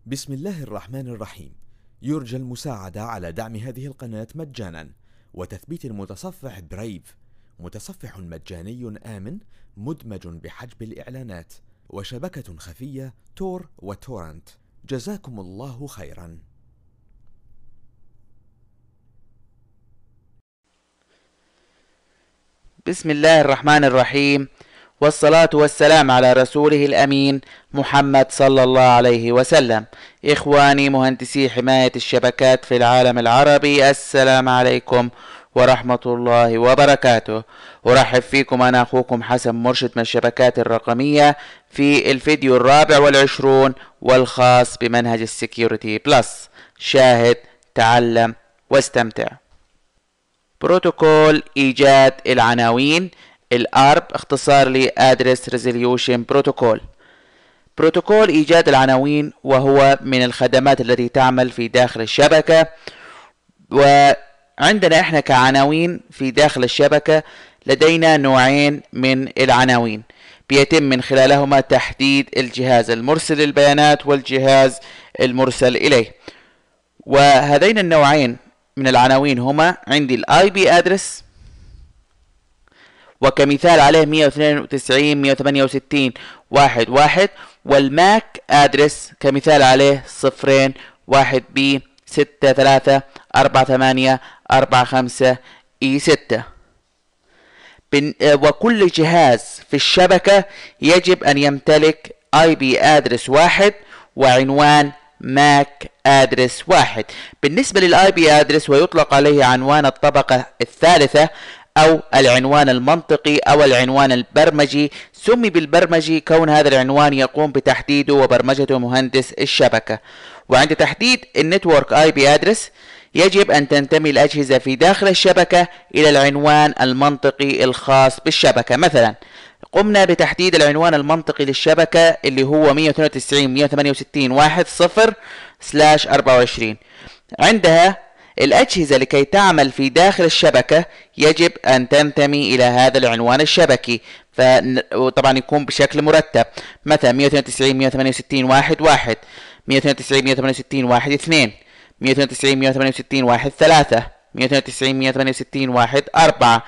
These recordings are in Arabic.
بسم الله الرحمن الرحيم. يرجى المساعدة على دعم هذه القناة مجانا وتثبيت المتصفح برايف، متصفح مجاني آمن مدمج بحجب الإعلانات وشبكة خفية تور وتورنت. جزاكم الله خيرا. بسم الله الرحمن الرحيم، والصلاة والسلام على رسوله الأمين محمد صلى الله عليه وسلم. إخواني مهندسي حماية الشبكات في العالم العربي، السلام عليكم ورحمة الله وبركاته. أرحب فيكم، أنا أخوكم حسن مرشد من الشبكات الرقمية في الفيديو 24 والخاص بمنهج السكيورتي بلس. شاهد، تعلم واستمتع. بروتوكول إيجاد العناوين، الARP اختصار ل Address Resolution Protocol. بروتوكول إيجاد العناوين وهو من الخدمات التي تعمل في داخل الشبكة، وعندنا احنا كعناوين في داخل الشبكة لدينا نوعين من العناوين بيتم من خلالهما تحديد الجهاز المرسل للبيانات والجهاز المرسل إليه. وهذين النوعين من العناوين هما عندي الاي بي ادرس، وكمثال عليه 192.168.1.1، والماك ادرس كمثال عليه 0.1b634845E6. وكل جهاز في الشبكة يجب أن يمتلك اي بي ادرس واحد وعنوان ماك ادرس واحد. بالنسبة للاي بي ادرس ويطلق عليه عنوان الطبقة الثالثة او العنوان المنطقي او العنوان البرمجي. سمي بالبرمجي كون هذا العنوان يقوم بتحديده وبرمجته مهندس الشبكة. وعند تحديد النتورك اي بي ادرس يجب ان تنتمي الاجهزة في داخل الشبكة الى العنوان المنطقي الخاص بالشبكة. مثلا قمنا بتحديد العنوان المنطقي للشبكة اللي هو 192.168.1.10/24. عندها الأجهزة لكي تعمل في داخل الشبكة يجب أن تنتمي إلى هذا العنوان الشبكي، وطبعا يكون بشكل مرتب. مثلا 192.168.1.1، 192.168.1.2، 192.168.1.3، 192.168.1.4،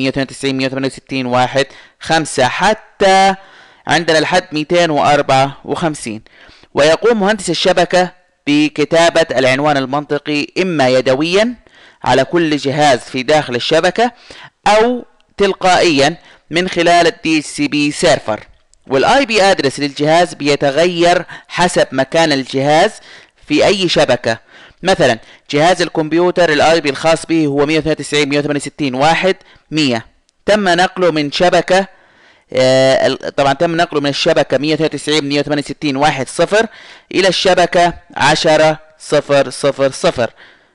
192.168.1.5، حتى عندنا الحد 254. ويقوم مهندس الشبكة بكتابة العنوان المنطقي إما يدويا على كل جهاز في داخل الشبكة أو تلقائيا من خلال DHCP سيرفر. والاي بي ادرس للجهاز بيتغير حسب مكان الجهاز في أي شبكة. مثلا جهاز الكمبيوتر الاي بي الخاص به هو 192.168.1.100. تم نقله من شبكة طبعا تم نقله من الشبكة 192.168.1.0 إلى الشبكة 10.0.0.0.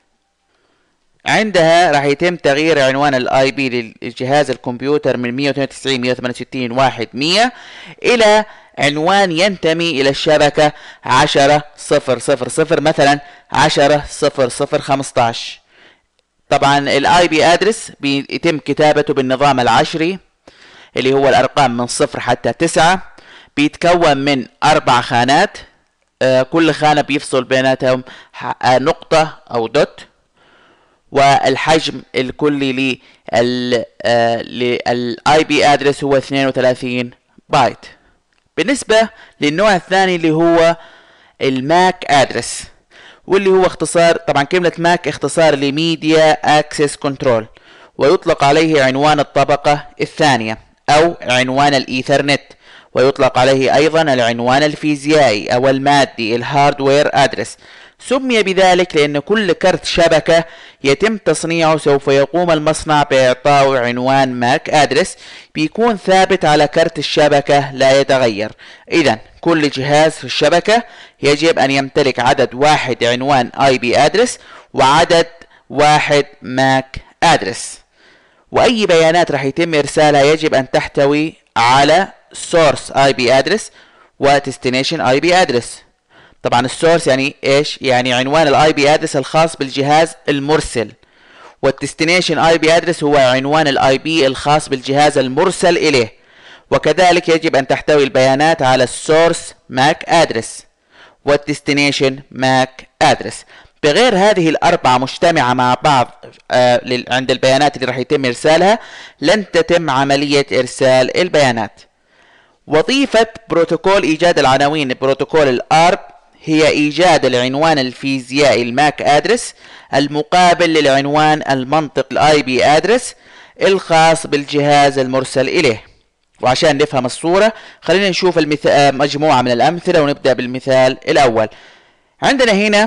عندها راح يتم تغيير عنوان الاي بي للجهاز الكمبيوتر من 192.168.1.100 إلى عنوان ينتمي إلى الشبكة 10.0.0.0، مثلا 10.0.0.15. طبعا الاي بي ادرس بيتم كتابته بالنظام العشري اللي هو الأرقام من 0 حتى 9. بيتكون من 4 خانات، كل خانة بيفصل بيناتهم نقطة أو دوت. والحجم الكلي للاي بي ادرس هو 32 بايت. بالنسبة للنوع الثاني اللي هو الماك ادرس، واللي هو اختصار، طبعا كلمة ماك اختصار لميديا اكسس كنترول، ويطلق عليه عنوان الطبقة الثانية او عنوان الايثرنت، ويطلق عليه ايضا العنوان الفيزيائي او المادي الهاردوير ادرس. سمي بذلك لأن كل كرت شبكة يتم تصنيعه سوف يقوم المصنع بإعطائه عنوان ماك أدرس بيكون ثابت على كرت الشبكة لا يتغير. إذن كل جهاز في الشبكة يجب أن يمتلك عدد واحد عنوان IP أدرس وعدد واحد ماك أدرس، وأي بيانات راح يتم إرسالها يجب أن تحتوي على source IP أدرس و destination IP أدرس. طبعا السورس يعني ايش؟ يعني عنوان الاي بي ادرس الخاص بالجهاز المرسل، والديستنيشن اي بي ادرس هو عنوان الاي بي الخاص بالجهاز المرسل اليه. وكذلك يجب ان تحتوي البيانات على السورس ماك ادرس، والديستنيشن ماك ادرس. بغير هذه الأربعة مجتمعة مع بعض عند البيانات اللي راح يتم إرسالها لن تتم عملية إرسال البيانات. وظيفة بروتوكول إيجاد العناوين بروتوكول الآرب هي إيجاد العنوان الفيزيائي الماك ادرس المقابل للعنوان المنطق الاي بي ادرس الخاص بالجهاز المرسل إليه. وعشان نفهم الصورة خلينا نشوف مجموعة من الأمثلة، ونبدأ بالمثال الأول. عندنا هنا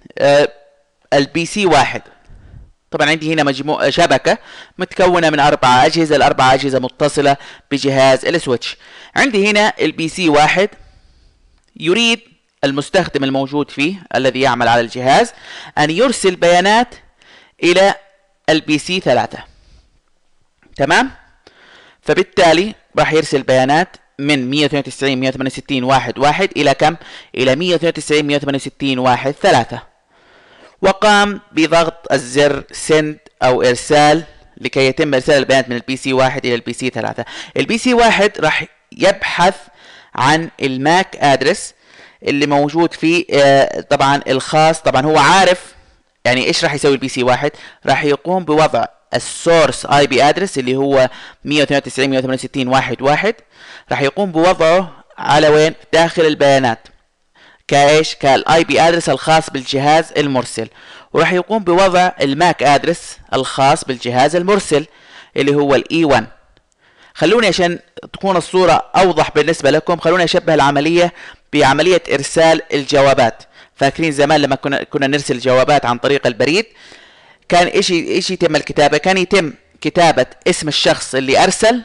البي سي واحد. طبعا عندي هنا شبكة متكونة من 4 أجهزة، الأربع أجهزة متصلة بجهاز السويتش. عندي هنا البي سي واحد يريد المستخدم الموجود فيه الذي يعمل على الجهاز أن يرسل بيانات إلى البي سي 3. تمام؟ فبالتالي راح يرسل بيانات من 192.168.1.1 إلى كم؟ إلى 192.168.1.3. وقام بضغط الزر send أو إرسال لكي يتم إرسال البيانات من البي سي 1 إلى البي سي 3. البي سي 1 راح يبحث عن الماك ادرس اللي موجود فيه طبعا الخاص. طبعا هو عارف يعني ايش راح يسوي البي سي 1. راح يقوم بوضع السورس اي بي ادرس اللي هو 192.168.1.1. راح يقوم بوضعه على وين؟ داخل البيانات كايش؟ كالاي بي ادرس الخاص بالجهاز المرسل. وراح يقوم بوضع الماك ادرس الخاص بالجهاز المرسل اللي هو الاي 1. خلوني عشان تكون الصورة اوضح بالنسبة لكم، خلوني اشبه العملية بعملية ارسال الجوابات. فاكرين زمان لما كنا نرسل جوابات عن طريق البريد، كان ايش يتم الكتابة؟ كان يتم كتابة اسم الشخص اللي ارسل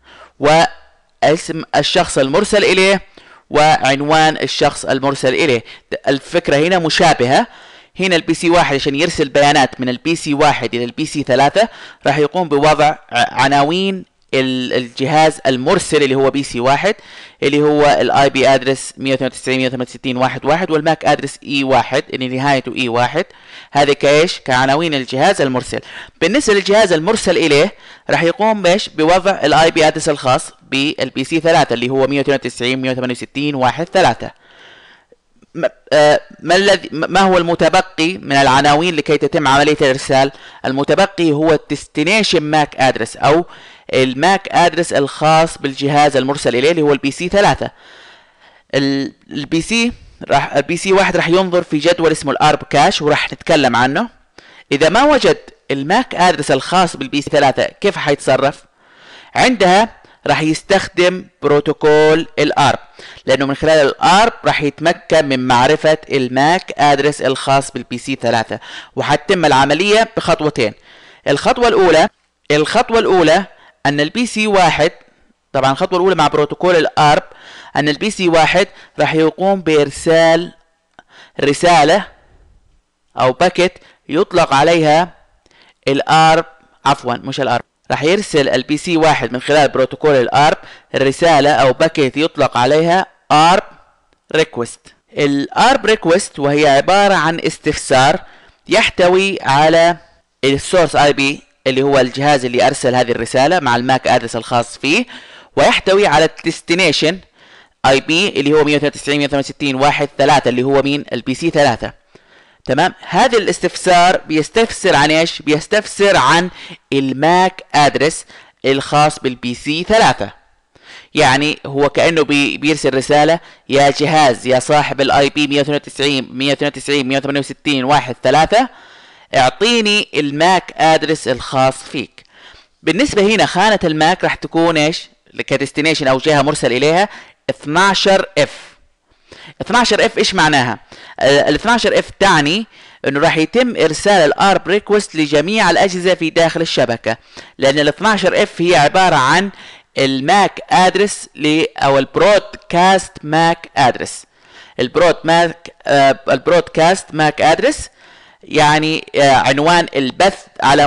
واسم الشخص المرسل اليه وعنوان الشخص المرسل اليه. الفكرة هنا مشابهة. هنا البي سي 1 عشان يرسل بيانات من البي سي 1 الى البي سي 3 راح يقوم بوضع عناوين الجهاز المرسل اللي هو بي سي 1 اللي هو الاي بي ادرس 192.168.1.1 والماك ادرس اي 1 اللي نهايته اي 1. هذه كايش؟ كعناوين الجهاز المرسل. بالنسبه للجهاز المرسل اليه راح يقوم بايش؟ بوضع الاي بي ادرس الخاص بالبي سي 3 اللي هو 192.168.1.3. ما هو المتبقي من العناوين لكي تتم عملية الإرسال؟ المتبقي هو الديستنيشن ماك ادرس أو الماك ادرس الخاص بالجهاز المرسل إليه اللي هو البي سي 3. البي سي 1 راح ينظر في جدول اسمه الارب كاش وراح نتكلم عنه. إذا ما وجد الماك ادرس الخاص بالبي سي 3 كيف حيتصرف؟ عندها راح يستخدم بروتوكول الارب، لانه من خلال الارب راح يتمكن من معرفة الماك ادرس الخاص بالبي سي 3. وحتتم العملية بخطوتين. الخطوة الاولى ان البي سي 1 طبعا الخطوة الاولى مع بروتوكول الارب ان البي سي 1 راح يقوم بارسال رسالة او باكيت يطلق عليها الارب، عفوا مش الارب، راح يرسل البي سي 1 من خلال بروتوكول الارب الرسالة او باكيت يطلق عليها ارب ريكوست. الارب ريكوست وهي عبارة عن استفسار يحتوي على السورس اي بي اللي هو الجهاز اللي ارسل هذه الرسالة مع الماك ادرس الخاص فيه، ويحتوي على الديستنيشن اي بي اللي هو 192.168.1.3 اللي هو مين؟ البي سي 3. تمام؟ هذا الاستفسار بيستفسر عن ايش؟ بيستفسر عن الماك ادرس الخاص بالبي سي 3. يعني هو كأنه بيرسل رسالة: يا جهاز يا صاحب الاي بي 192.168.1.3 اعطيني الماك ادرس الخاص فيك. بالنسبة هنا خانة الماك راح تكون ايش؟ كديستنيشن او جهة مرسل اليها 12F. 12F ايش معناها؟ ال 12F تعني انه راح يتم ارسال الارب ريكوست لجميع الاجهزة في داخل الشبكة، لان ال 12F هي عبارة عن الماك ادرس او البرودكاست ماك ادرس. البرودكاست ماك ادرس يعني عنوان البث على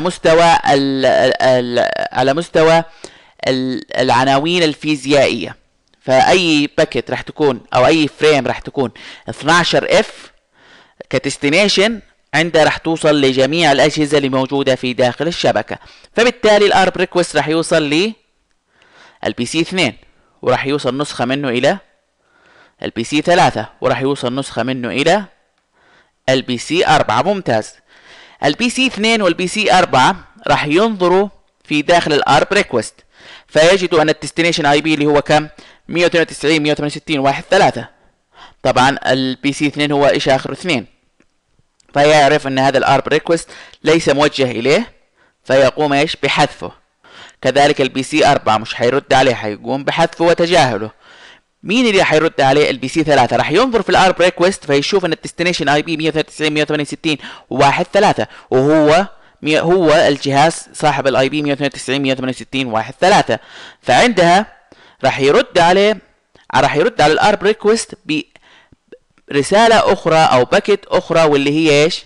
مستوى العناوين الفيزيائية. فأي باكيت راح تكون أو أي فريم راح تكون 12F كديستنيشن عندها راح توصل لجميع الأجهزة اللي موجودة في داخل الشبكة. فبالتالي الارب ريكوست راح يوصل للبي سي 2 وراح يوصل نسخة منه إلى البي سي 3 وراح يوصل نسخة منه إلى البي سي 4. ممتاز. البي سي 2 والبي سي 4 راح ينظروا في داخل الارب ريكوست، فيجدوا ان الديستنيشن اي بي اللي هو كم 192 168 1 3. طبعا البي سي 2 هو ايش اخره 2، فيعرف ان هذا الارب ريكوست ليس موجه اليه فيقوم ايش بحذفه. كذلك البي سي 4 مش حيرد عليه، حيقوم بحذفه وتجاهله. مين اللي حيرد عليه؟ البي سي 3 راح ينظر في الارب ريكوست فيشوف ان الديستنيشن اي بي 192 168 1 3، وهو هو الجهاز صاحب الاي بي 192 168 1 3. فعندها راح يرد عليه، راح يرد على الارب ريكوست برساله اخرى او باكيت اخرى، واللي هي ايش؟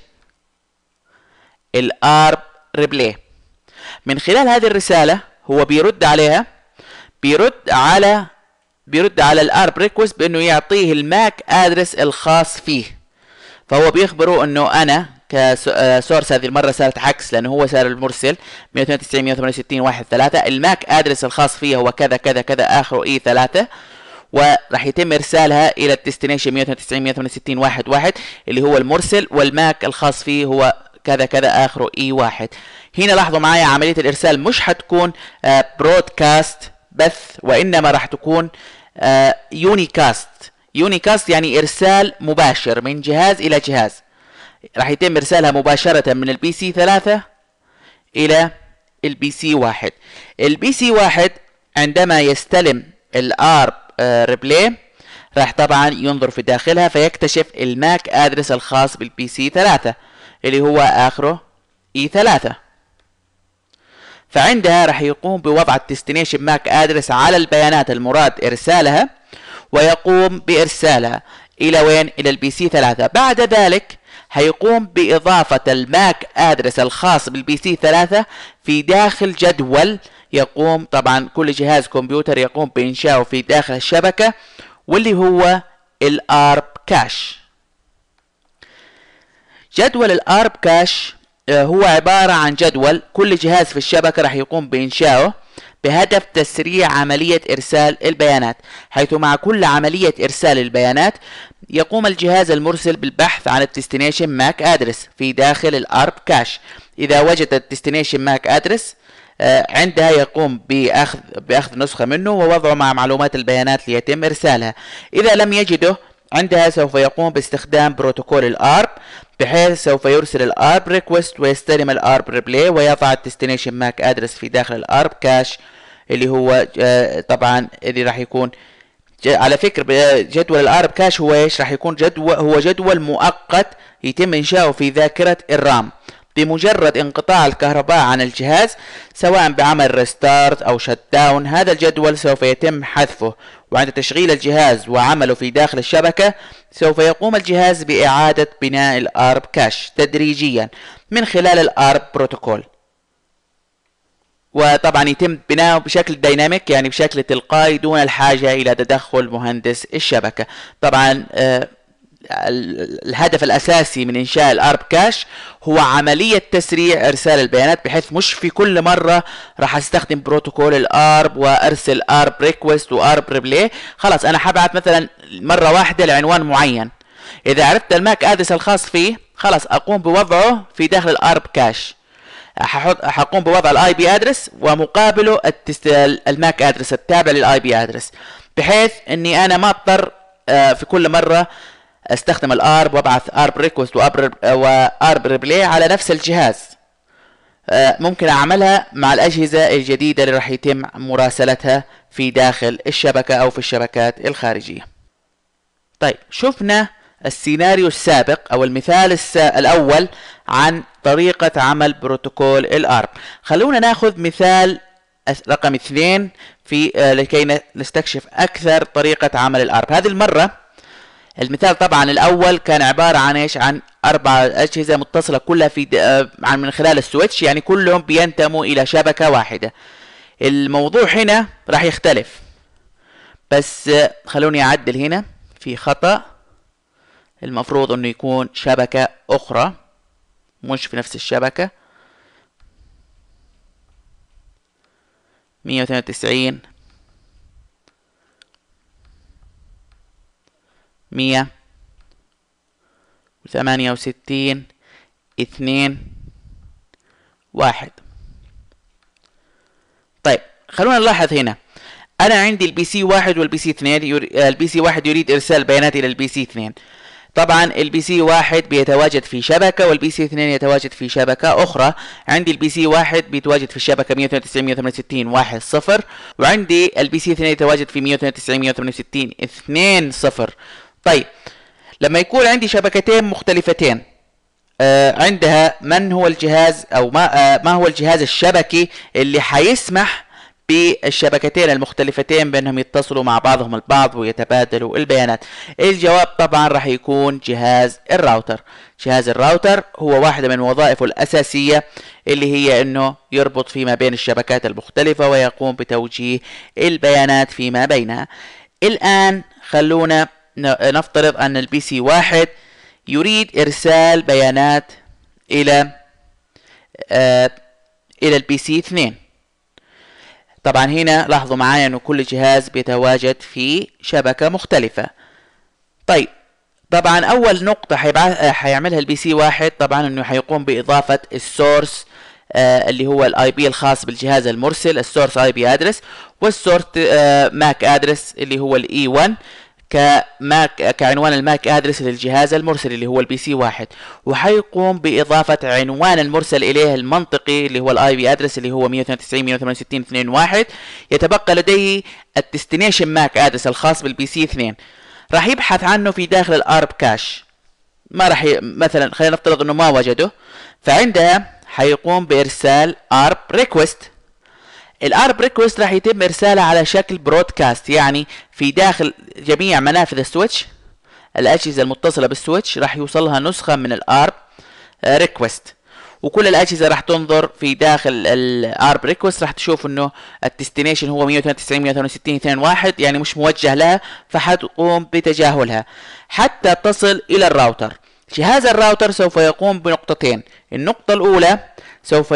الارب ريبلاي. من خلال هذه الرساله هو بيرد عليها، بيرد على الارب ريكوست بانه يعطيه الماك ادرس الخاص فيه. فهو بيخبره انه انا كسورس هذه المره صارت عكس، لانه هو صار المرسل 192 168 1 3، الماك ادرس الخاص فيه هو كذا كذا كذا اخره اي 3، وراح يتم ارسالها الى الديستنيشن 192 168 1 1 اللي هو المرسل، والماك الخاص فيه هو كذا كذا اخره اي 1. هنا لاحظوا معايا عمليه الارسال مش حتكون برودكاست بث، وانما راح تكون يونيكاست. يونيكاست يعني ارسال مباشر من جهاز الى جهاز، راح يتم ارسالها مباشرة من البي سي 3 الى البي سي 1. البي سي 1 عندما يستلم الارب ريبلاي راح طبعا ينظر في داخلها فيكتشف الماك ادرس الخاص بالبي سي 3 اللي هو اخره اي 3. فعندها راح يقوم بوضع الديستنيشن ماك ادرس على البيانات المراد ارسالها، ويقوم بارسالها الى وين؟ الى البي سي 3. بعد ذلك هيقوم باضافة الماك ادرس الخاص بالبي سي 3 في داخل جدول يقوم طبعا كل جهاز كمبيوتر يقوم بانشائه في داخل الشبكة، واللي هو الارب كاش. جدول الارب كاش هو عبارة عن جدول كل جهاز في الشبكة راح يقوم بإنشائه بهدف تسريع عملية إرسال البيانات، حيث مع كل عملية إرسال البيانات يقوم الجهاز المرسل بالبحث عن الديستنيشن ماك أدرس في داخل الأرب كاش. إذا وجد الديستنيشن ماك أدرس عندها يقوم بأخذ نسخة منه ووضعه مع معلومات البيانات ليتم إرسالها. إذا لم يجده عندها سوف يقوم باستخدام بروتوكول الارب، بحيث سوف يرسل الارب ريكوست ويستلم الارب ريبلاي ويضع الديستنيشن ماك ادرس في داخل الارب كاش اللي هو طبعا اللي راح يكون على فكرة جدول الارب كاش هو ايش؟ راح يكون جدول مؤقت يتم انشاؤه في ذاكرة الرام. بمجرد انقطاع الكهرباء عن الجهاز سواء بعمل ريستارت او شت داون، هذا الجدول سوف يتم حذفه، وعند تشغيل الجهاز وعمله في داخل الشبكة سوف يقوم الجهاز بإعادة بناء الارب كاش تدريجيا من خلال الارب بروتوكول، وطبعا يتم بناؤه بشكل ديناميك يعني بشكل تلقائي دون الحاجة إلى تدخل مهندس الشبكة. طبعا الهدف الأساسي من إنشاء الارب كاش هو عملية تسريع إرسال البيانات، بحيث مش في كل مرة راح استخدم بروتوكول الارب وأرسل ارب ريكوست وارب ريبلاي. خلاص أنا حبعت مثلا مرة واحدة لعنوان معين، إذا عرفت الماك أدرس الخاص فيه خلاص أقوم بوضعه في داخل الارب كاش، حقوم بوضع الاي بي ادرس ومقابله الماك ادرس التابع للاي بي ادرس، بحيث اني انا ما اضطر في كل مره استخدم الارب وابعث ارب ريكوست وارب ريبلاي على نفس الجهاز. ممكن اعملها مع الاجهزه الجديده اللي راح يتم مراسلتها في داخل الشبكه او في الشبكات الخارجيه. طيب شفنا السيناريو السابق او المثال الاول عن طريقة عمل بروتوكول الارب. خلونا ناخذ مثال رقم 2 في لكي نستكشف اكثر طريقة عمل الارب. هذه المرة المثال طبعا الاول كان عبارة عن ايش؟ عن 4 اجهزة متصلة كلها في من خلال السويتش، يعني كلهم بينتموا الى شبكة واحدة. الموضوع هنا راح يختلف، بس خلوني اعدل هنا في خطأ، المفروض انه يكون شبكة اخرى مش في نفس الشبكة 192 168 2 1. طيب خلونا نلاحظ هنا انا عندي البي سي 1 والبي سي 2. البي سي 1 يريد ارسال بيانات الى البي سي 2. طبعا البي سي 1 بيتواجد في شبكة والبي سي 2 يتواجد في شبكة أخرى. عندي البي سي 1 بيتواجد في الشبكة 192.168.1.0 وعندي البي سي 2 يتواجد في 192.168.2.0. طيب لما يكون عندي شبكتين مختلفتين عندها من هو الجهاز أو ما هو الجهاز الشبكي اللي حيسمح بالشبكتين المختلفتين بأنهم يتصلوا مع بعضهم البعض ويتبادلوا البيانات؟ الجواب طبعا راح يكون جهاز الراوتر. جهاز الراوتر هو واحدة من وظائفه الأساسية اللي هي أنه يربط فيما بين الشبكات المختلفة ويقوم بتوجيه البيانات فيما بينها. الآن خلونا نفترض أن البي سي 1 يريد إرسال بيانات إلى البي سي 2. طبعا هنا لاحظوا معايا انه كل جهاز بيتواجد في شبكة مختلفة. طيب طبعا اول نقطة حيعملها البي سي 1 طبعا انه حيقوم باضافة السورس اللي هو الاي بي الخاص بالجهاز المرسل، السورس اي بي ادرس، والسورس ماك ادرس اللي هو الاي 1 كعنوان الماك ادرس للجهاز المرسل اللي هو البي سي 1، وحيقوم باضافه عنوان المرسل اليه المنطقي اللي هو الاي بي ادرس اللي هو 192.168.2.1. يتبقى لديه الديستنيشن ماك ادرس الخاص بالبي سي 2، راح يبحث عنه في داخل الارب كاش. ما راح مثلا خلينا نفترض انه ما وجده، فعندها حيقوم بارسال ارب ريكوست. الارب ريكوست راح يتم ارسالها على شكل برودكاست، يعني في داخل جميع منافذ السويتش الاجهزه المتصله بالسويتش راح يوصلها نسخه من الارب ريكوست، وكل الاجهزه راح تنظر في داخل الارب ريكوست راح تشوف انه الديستنيشن هو 192.168.2.1 يعني مش موجه لها، فحتقوم بتجاهلها حتى تصل الى الراوتر. جهاز الراوتر سوف يقوم بنقطتين. النقطه الاولى سوف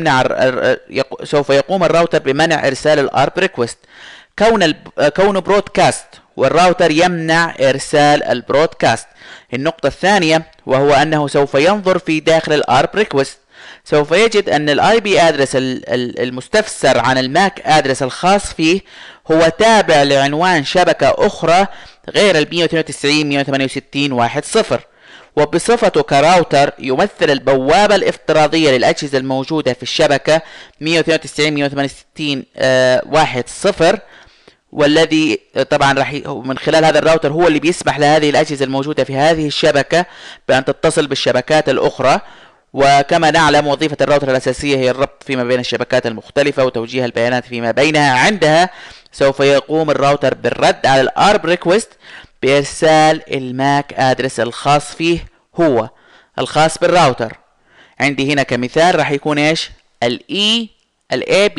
يقوم الراوتر بمنع ارسال الارب ريكوست كونه برودكاست، والراوتر يمنع ارسال البرودكاست. النقطة الثانية وهو انه سوف ينظر في داخل الارب ريكوست، سوف يجد ان الاي بي ادرس المستفسر عن الماك ادرس الخاص فيه هو تابع لعنوان شبكة اخرى غير ال 192.168.1.0، وبصفته كراوتر يمثل البوابة الافتراضية للأجهزة الموجودة في الشبكة 192.168.1.0، والذي طبعا راح من خلال هذا الراوتر هو اللي بيسمح لهذه الأجهزة الموجودة في هذه الشبكة بأن تتصل بالشبكات الأخرى. وكما نعلم وظيفة الراوتر الأساسية هي الربط فيما بين الشبكات المختلفة وتوجيه البيانات فيما بينها. عندها سوف يقوم الراوتر بالرد على الارب ريكوست بإرسال الماك ادرس الخاص فيه هو الخاص بالراوتر. عندي هنا كمثال راح يكون ايش؟ الاي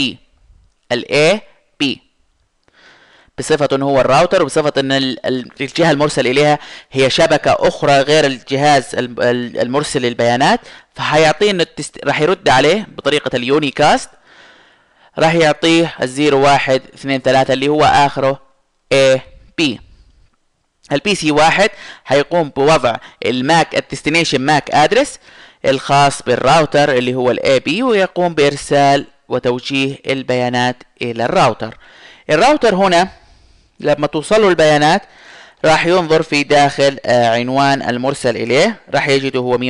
بي بصفة انه هو الراوتر، وبصفة ان الجهة المرسل اليها هي شبكة اخرى غير الجهاز المرسل للبيانات، فحيعطيه راح يرد عليه بطريقة اليونيكاست، راح يعطيه 0123 اللي هو اخره AB. البي سي 1 حيقوم بوضع الديستنيشن ماك ادرس الخاص بالراوتر اللي هو الاي بي، ويقوم بارسال وتوجيه البيانات الى الراوتر. الراوتر هنا لما توصله البيانات راح ينظر في داخل عنوان المرسل اليه، راح يجده هو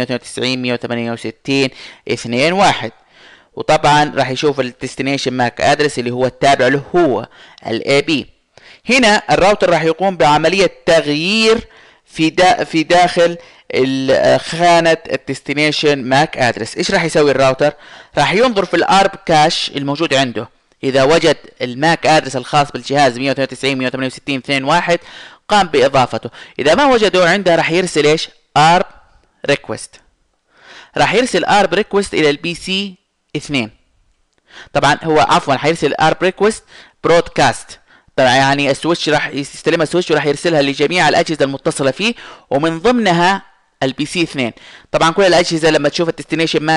192.168.2.1، وطبعا راح يشوف الديستنيشن ماك ادرس اللي هو التابع له هو الاي بي. هنا الراوتر راح يقوم بعملية تغيير في داخل خانة الديستنيشن ماك ادرس. ايش راح يسوي الراوتر؟ راح ينظر في الارب كاش الموجود عنده، اذا وجد الماك ادرس الخاص بالجهاز 192.168.2.1 قام باضافته، اذا ما وجده عنده راح يرسل ايش؟ ارب ريكوست. راح يرسل ارب ريكوست الى البي سي 2. طبعا هو عفوا حيرسل ارب ريكوست برودكاست، طبعا يعني السويتش راح يستلمها السويتش وراح يرسلها لجميع الاجهزه المتصله فيه ومن ضمنها البي سي 2. طبعا كل الاجهزه لما تشوف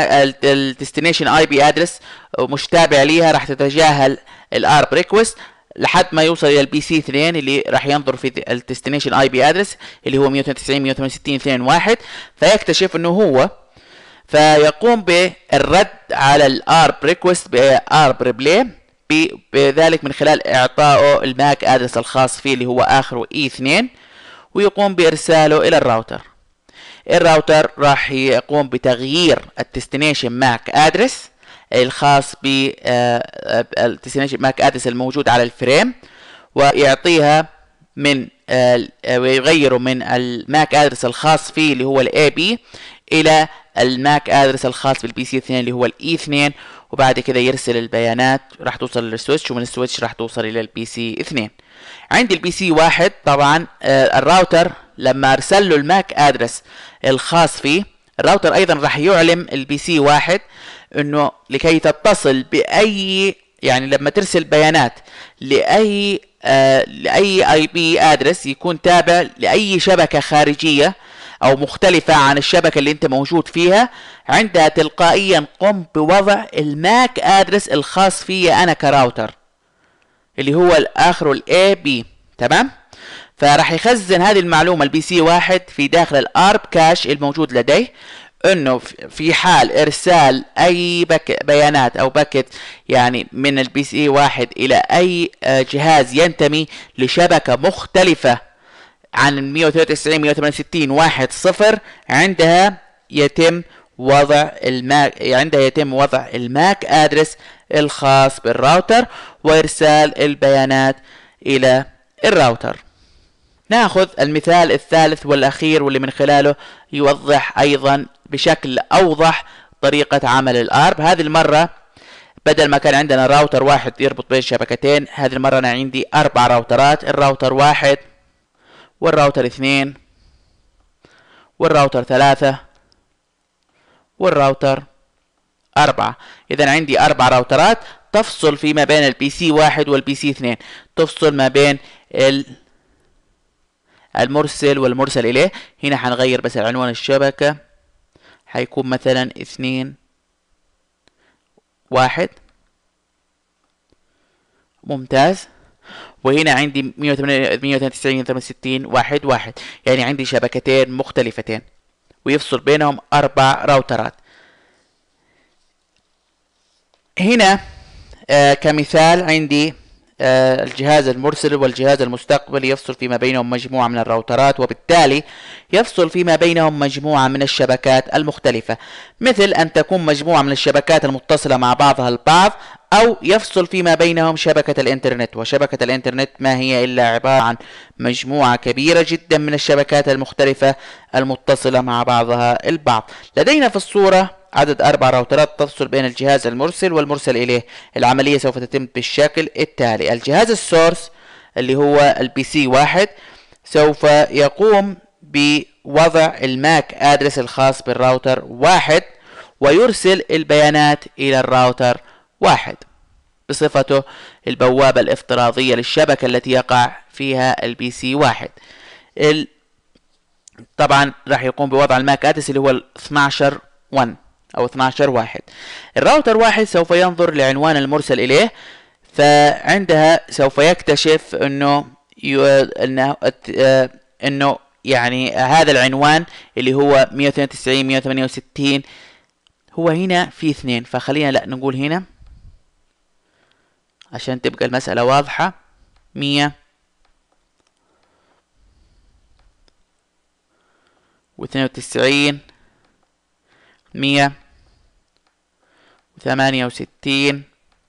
الديستنيشن اي بي ادرس مش تابع ليها راح تتجاهل الارب ريكوست، لحد ما يوصل الى البي سي 2 اللي راح ينظر في الديستنيشن اي بي ادرس اللي هو 192.168.2.1، فيكتشف انه هو، فيقوم بالرد على الارب ريكوست بارب ريبلاي، بذلك من خلال اعطائه الماك ادرس الخاص فيه اللي هو اخره E2، ويقوم بارساله الى الراوتر. الراوتر راح يقوم بتغيير الديستنيشن ماك ادرس الخاص بالديستنيشن ماك ادرس الموجود على الفريم، ويعطيها من ويغيره من الماك ادرس الخاص فيه اللي هو الاي بي الى الماك ادرس الخاص بالبي سي 2 اللي هو الاي 2، وبعد كده يرسل البيانات راح توصل للسويتش، ومن السويتش راح توصل الى البي سي 2. عندي البي سي 1 طبعا الراوتر لما ارسل له الماك ادرس الخاص فيه، الراوتر ايضا راح يعلم البي سي 1 انه لكي تتصل باي، يعني لما ترسل بيانات لاي اي بي ادرس يكون تابع لاي شبكه خارجيه او مختلفه عن الشبكه اللي انت موجود فيها، عندها تلقائيا قم بوضع الماك ادرس الخاص فيا انا كراوتر اللي هو اخره الاي بي. تمام؟ فراح يخزن هذه المعلومه البي سي 1 في داخل الارب كاش الموجود لديه، انه في حال ارسال اي بيانات او باكت يعني من البي سي 1 الى اي جهاز ينتمي لشبكه مختلفه عن 192.168.1.0، عندها يتم وضع الماك ادرس الخاص بالراوتر وارسال البيانات الى الراوتر. ناخذ المثال الثالث والاخير واللي من خلاله يوضح ايضا بشكل اوضح طريقة عمل الارب. هذه المرة بدل ما كان عندنا راوتر واحد يربط بين شبكتين، هذه المرة انا عندي 4 راوترات، الراوتر 1 والراوتر 2 والراوتر 3 والراوتر 4. اذا عندي 4 راوترات تفصل فيما بين البي سي 1 والبي سي 2، تفصل ما بين المرسل والمرسل اليه. هنا حنغير بس عنوان الشبكة، حيكون مثلا 2.1. ممتاز. وهنا عندي 192.168.1.1، يعني عندي شبكتين مختلفتين ويفصل بينهم 4 راوترات. هنا كمثال عندي الجهاز المرسل والجهاز المستقبل يفصل فيما بينهم مجموعة من الراوترات، وبالتالي يفصل فيما بينهم مجموعة من الشبكات المختلفة، مثل أن تكون مجموعة من الشبكات المتصلة مع بعضها البعض، أو يفصل فيما بينهم شبكة الإنترنت. وشبكة الإنترنت ما هي إلا عبارة عن مجموعة كبيرة جدا من الشبكات المختلفة المتصلة مع بعضها البعض. لدينا في الصورة عدد 4 راوترات تفصل بين الجهاز المرسل والمرسل إليه. العملية سوف تتم بالشكل التالي: الجهاز السورس اللي هو البي سي 1 سوف يقوم بوضع الماك ادرس الخاص بالراوتر 1 ويرسل البيانات إلى الراوتر 1 بصفته البوابة الافتراضية للشبكة التي يقع فيها البي سي 1. طبعا راح يقوم بوضع الماك ادرس اللي هو 12.1 أو 12.1. الراوتر 1 سوف ينظر لعنوان المرسل إليه، فعندها سوف يكتشف إنه يعني هذا العنوان اللي هو 192.168 هو هنا في 2. فخلينا لا نقول هنا عشان تبقى المسألة واضحة: 192.168.4.1.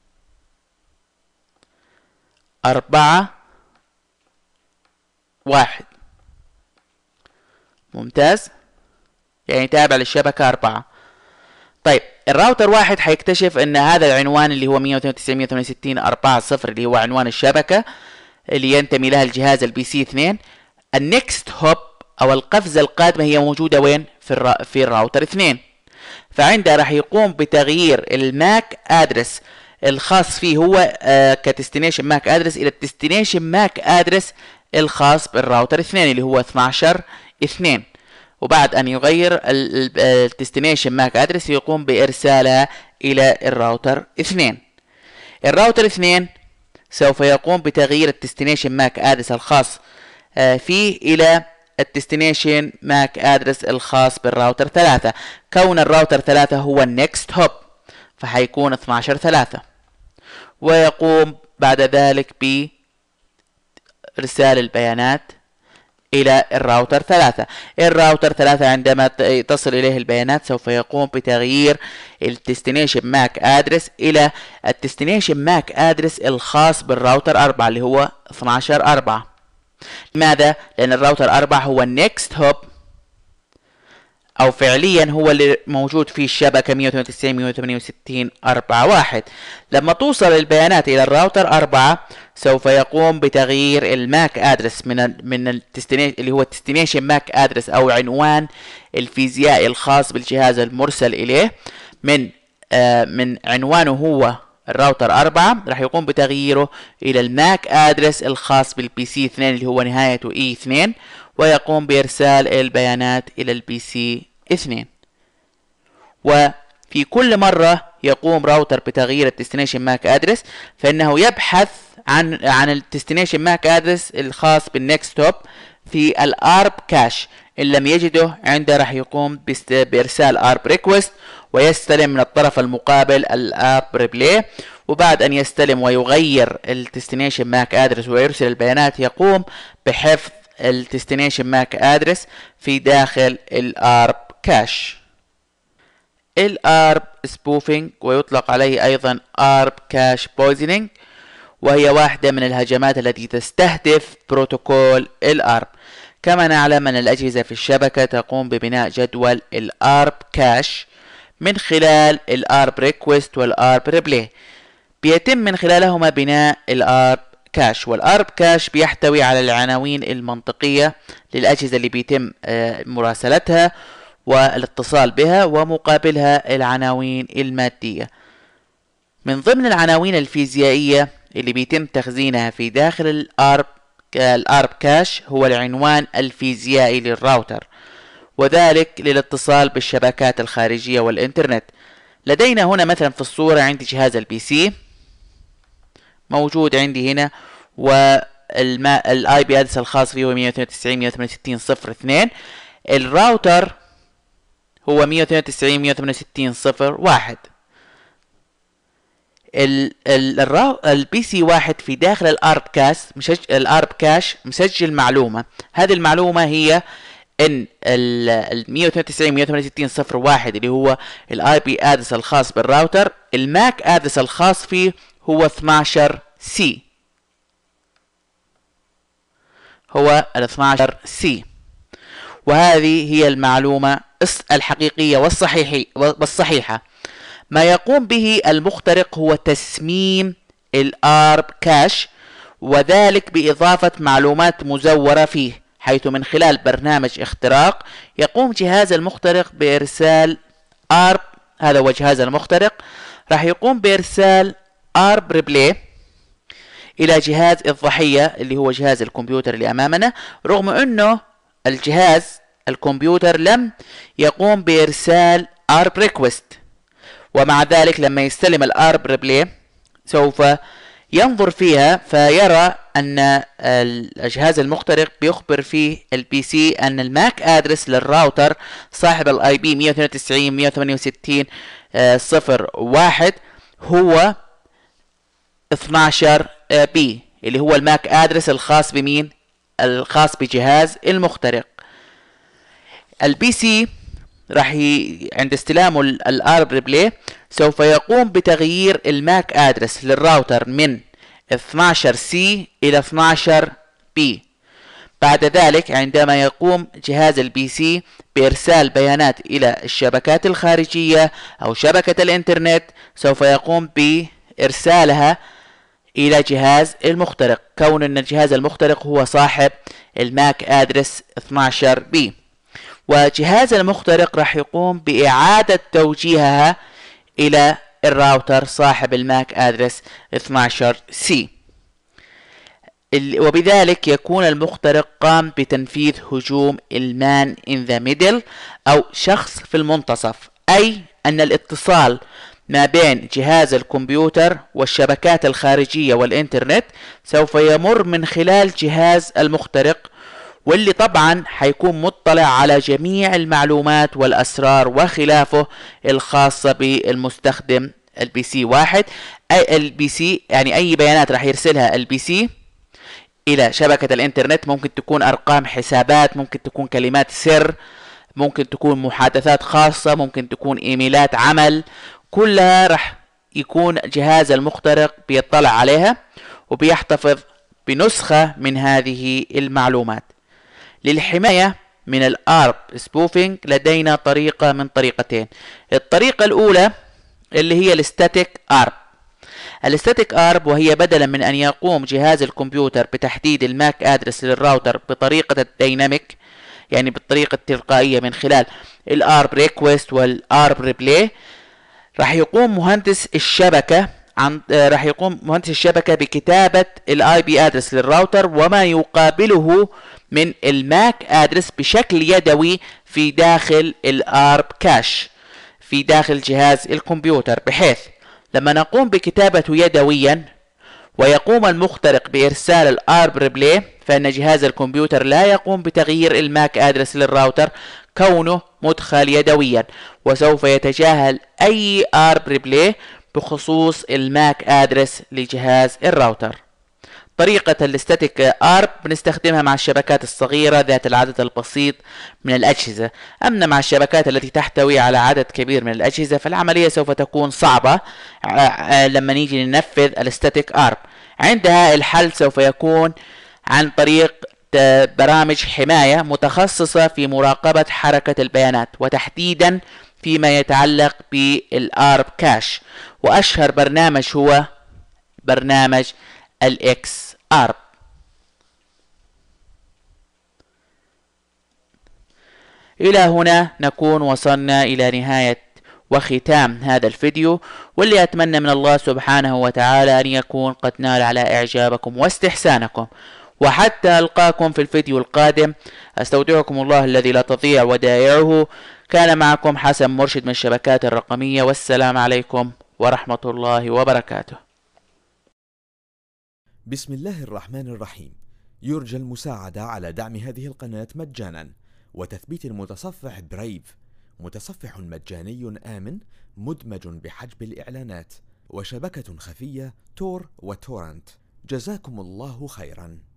ممتاز، يعني تابع للشبكة 4. طيب الراوتر 1 حيكتشف ان هذا العنوان اللي هو 192.168.4.0 اللي هو عنوان الشبكة اللي ينتمي لها الجهاز البي سي 2. النكست هوب او القفزة القادمة هي موجودة وين؟ في الراوتر 2. فعندها راح يقوم بتغيير الماك ادرس الخاص فيه هو كديستنيشن ماك ادرس الى الديستنيشن ماك ادرس الخاص بالراوتر 2 اللي هو 12.2. وبعد ان يغير الديستنيشن ماك ادرس يقوم بارسالها الى الراوتر 2. الراوتر 2 سوف يقوم بتغيير الديستنيشن ماك ادرس الخاص فيه الى الديستنيشن ماك ادرس الخاص بالراوتر 3. كون الراوتر 3 هو النكست هوب فحيكون 12.3، ويقوم بعد ذلك بإرسال البيانات إلى الراوتر 3. الراوتر 3 عندما تصل إليه البيانات سوف يقوم بتغيير الديستنيشن ماك ادرس إلى الديستنيشن ماك ادرس الخاص بالراوتر 4 اللي هو 12.4. لماذا؟ لأن الراوتر 4 هو النكست هوب، أو فعليا هو اللي موجود في الشبكة 192.168.4.1. لما توصل البيانات إلى الراوتر 4 سوف يقوم بتغيير الماك ادرس من الديستنيشن اللي هو الديستنيشن ماك ادرس أو عنوان الفيزيائي الخاص بالجهاز المرسل إليه من عنوانه هو الراوتر 4 راح يقوم بتغييره إلى الماك ادرس الخاص بالبي سي 2 اللي هو نهايته E2، ويقوم بإرسال البيانات إلى البي سي 2. وفي كل مرة يقوم راوتر بتغيير الديستنيشن ماك ادرس فإنه يبحث عن الديستنيشن ماك ادرس الخاص بالنكست هوب في الارب كاش. إن لم يجده عنده راح يقوم بإرسال ارب ريكوست ويستلم من الطرف المقابل الارب ريبلاي، وبعد أن يستلم ويغير الديستنيشن ماك ادرس ويرسل البيانات يقوم بحفظ الديستنيشن ماك ادرس في داخل الارب كاش. الارب سبوفينج ويطلق عليه ايضا ارب كاش بويزنينج، وهي واحدة من الهجمات التي تستهدف بروتوكول الارب. كما نعلم ان الاجهزة في الشبكة تقوم ببناء جدول الارب كاش من خلال الارب ريكوست والارب ريبلاي، بيتم من خلالهما بناء الارب كاش. والارب كاش بيحتوي على العناوين المنطقية للأجهزة اللي بيتم مراسلتها والاتصال بها، ومقابلها العناوين المادية. من ضمن العناوين الفيزيائية اللي بيتم تخزينها في داخل الارب كاش هو العنوان الفيزيائي للراوتر، وذلك للاتصال بالشبكات الخارجية والإنترنت. لدينا هنا مثلا في الصورة عندي جهاز البي سي موجود عندي هنا، والاي بي ادرس الخاص فيه هو 192.168.0.2. الراوتر هو 192.168.0.1. البي سي واحد في داخل الارب كاش مسجل معلومة. هذه المعلومة هي ان ال 192.168.0.1 اللي هو الاي بي ادرس الخاص بالراوتر، الماك ادرس الخاص فيه هو 12C، هو ال 12C. وهذه هي المعلومة الحقيقية والصحيحة. ما يقوم به المخترق هو تسميم الارب كاش، وذلك بإضافة معلومات مزورة فيه، حيث من خلال برنامج اختراق يقوم جهاز المخترق بإرسال ARP. هذا هو جهاز المخترق، راح يقوم بإرسال ARP ريبلاي إلى جهاز الضحية اللي هو جهاز الكمبيوتر اللي أمامنا، رغم أنه الكمبيوتر لم يقوم بإرسال ARP ريكوست. ومع ذلك لما يستلم الARP ريبلاي سوف ينظر فيها فيرى أن الجهاز المخترق بيخبر فيه البي سي أن الماك ادرس للراوتر صاحب الاي بي 192.168.0.1 هو 12B، اللي هو الماك ادرس الخاص بمين؟ الخاص بجهاز المخترق. البي سي راح عند استلامه الارب ريبلاي سوف يقوم بتغيير الماك ادرس للراوتر من 12C إلى 12B. بعد ذلك عندما يقوم جهاز البي سي بإرسال بيانات إلى الشبكات الخارجية أو شبكة الإنترنت سوف يقوم بإرسالها إلى جهاز المخترق، كون أن الجهاز المخترق هو صاحب الماك ادرس 12B. وجهاز المخترق راح يقوم بإعادة توجيهها إلى الراوتر صاحب الماك ادرس 12C، وبذلك يكون المخترق قام بتنفيذ هجوم المان in the middle أو شخص في المنتصف، أي أن الاتصال ما بين جهاز الكمبيوتر والشبكات الخارجية والإنترنت سوف يمر من خلال جهاز المخترق، واللي طبعا حيكون مطلع على جميع المعلومات والأسرار وخلافه الخاصة بالمستخدم البي سي واحد. أي البي سي يعني أي بيانات راح يرسلها البي سي إلى شبكة الإنترنت، ممكن تكون أرقام حسابات، ممكن تكون كلمات سر، ممكن تكون محادثات خاصة، ممكن تكون إيميلات عمل، كلها راح يكون جهاز المخترق بيطلع عليها وبيحتفظ بنسخة من هذه المعلومات. للحماية من الارب سبوفينج لدينا طريقة من طريقتين. الطريقة الاولى اللي هي الستاتيك ارب. الستاتيك ارب وهي بدلا من ان يقوم جهاز الكمبيوتر بتحديد الماك ادرس للراوتر بطريقة الديناميك، يعني بالطريقة التلقائية من خلال الارب ريكوست والارب ريبلاي، راح يقوم مهندس الشبكة بكتابة الاي بي ادرس للراوتر وما يقابله من الماك ادرس بشكل يدوي في داخل الارب كاش في داخل جهاز الكمبيوتر، بحيث لما نقوم بكتابته يدويا ويقوم المخترق بارسال الارب ريبلاي، فان جهاز الكمبيوتر لا يقوم بتغيير الماك ادرس للراوتر كونه مدخل يدويا، وسوف يتجاهل اي ارب ريبلاي بخصوص الماك ادرس لجهاز الراوتر. طريقة الستاتيك ارب بنستخدمها مع الشبكات الصغيرة ذات العدد البسيط من الأجهزة، أما مع الشبكات التي تحتوي على عدد كبير من الأجهزة فالعملية سوف تكون صعبة لما نيجي ننفذ الستاتيك ارب. عندها الحل سوف يكون عن طريق برامج حماية متخصصة في مراقبة حركة البيانات، وتحديدا فيما يتعلق بالارب كاش، وأشهر برنامج هو برنامج الاكس ارب. الى هنا نكون وصلنا الى نهاية وختام هذا الفيديو، واللي اتمنى من الله سبحانه وتعالى ان يكون قد نال على اعجابكم واستحسانكم. وحتى القاكم في الفيديو القادم، استودعكم الله الذي لا تضيع ودائعه. كان معكم حسن مرشد من الشبكات الرقمية، والسلام عليكم ورحمة الله وبركاته. بسم الله الرحمن الرحيم. يرجى المساعدة على دعم هذه القناة مجانا وتثبيت المتصفح برايف، متصفح مجاني آمن مدمج بحجب الإعلانات، وشبكة خفية تور وتورنت. جزاكم الله خيرا.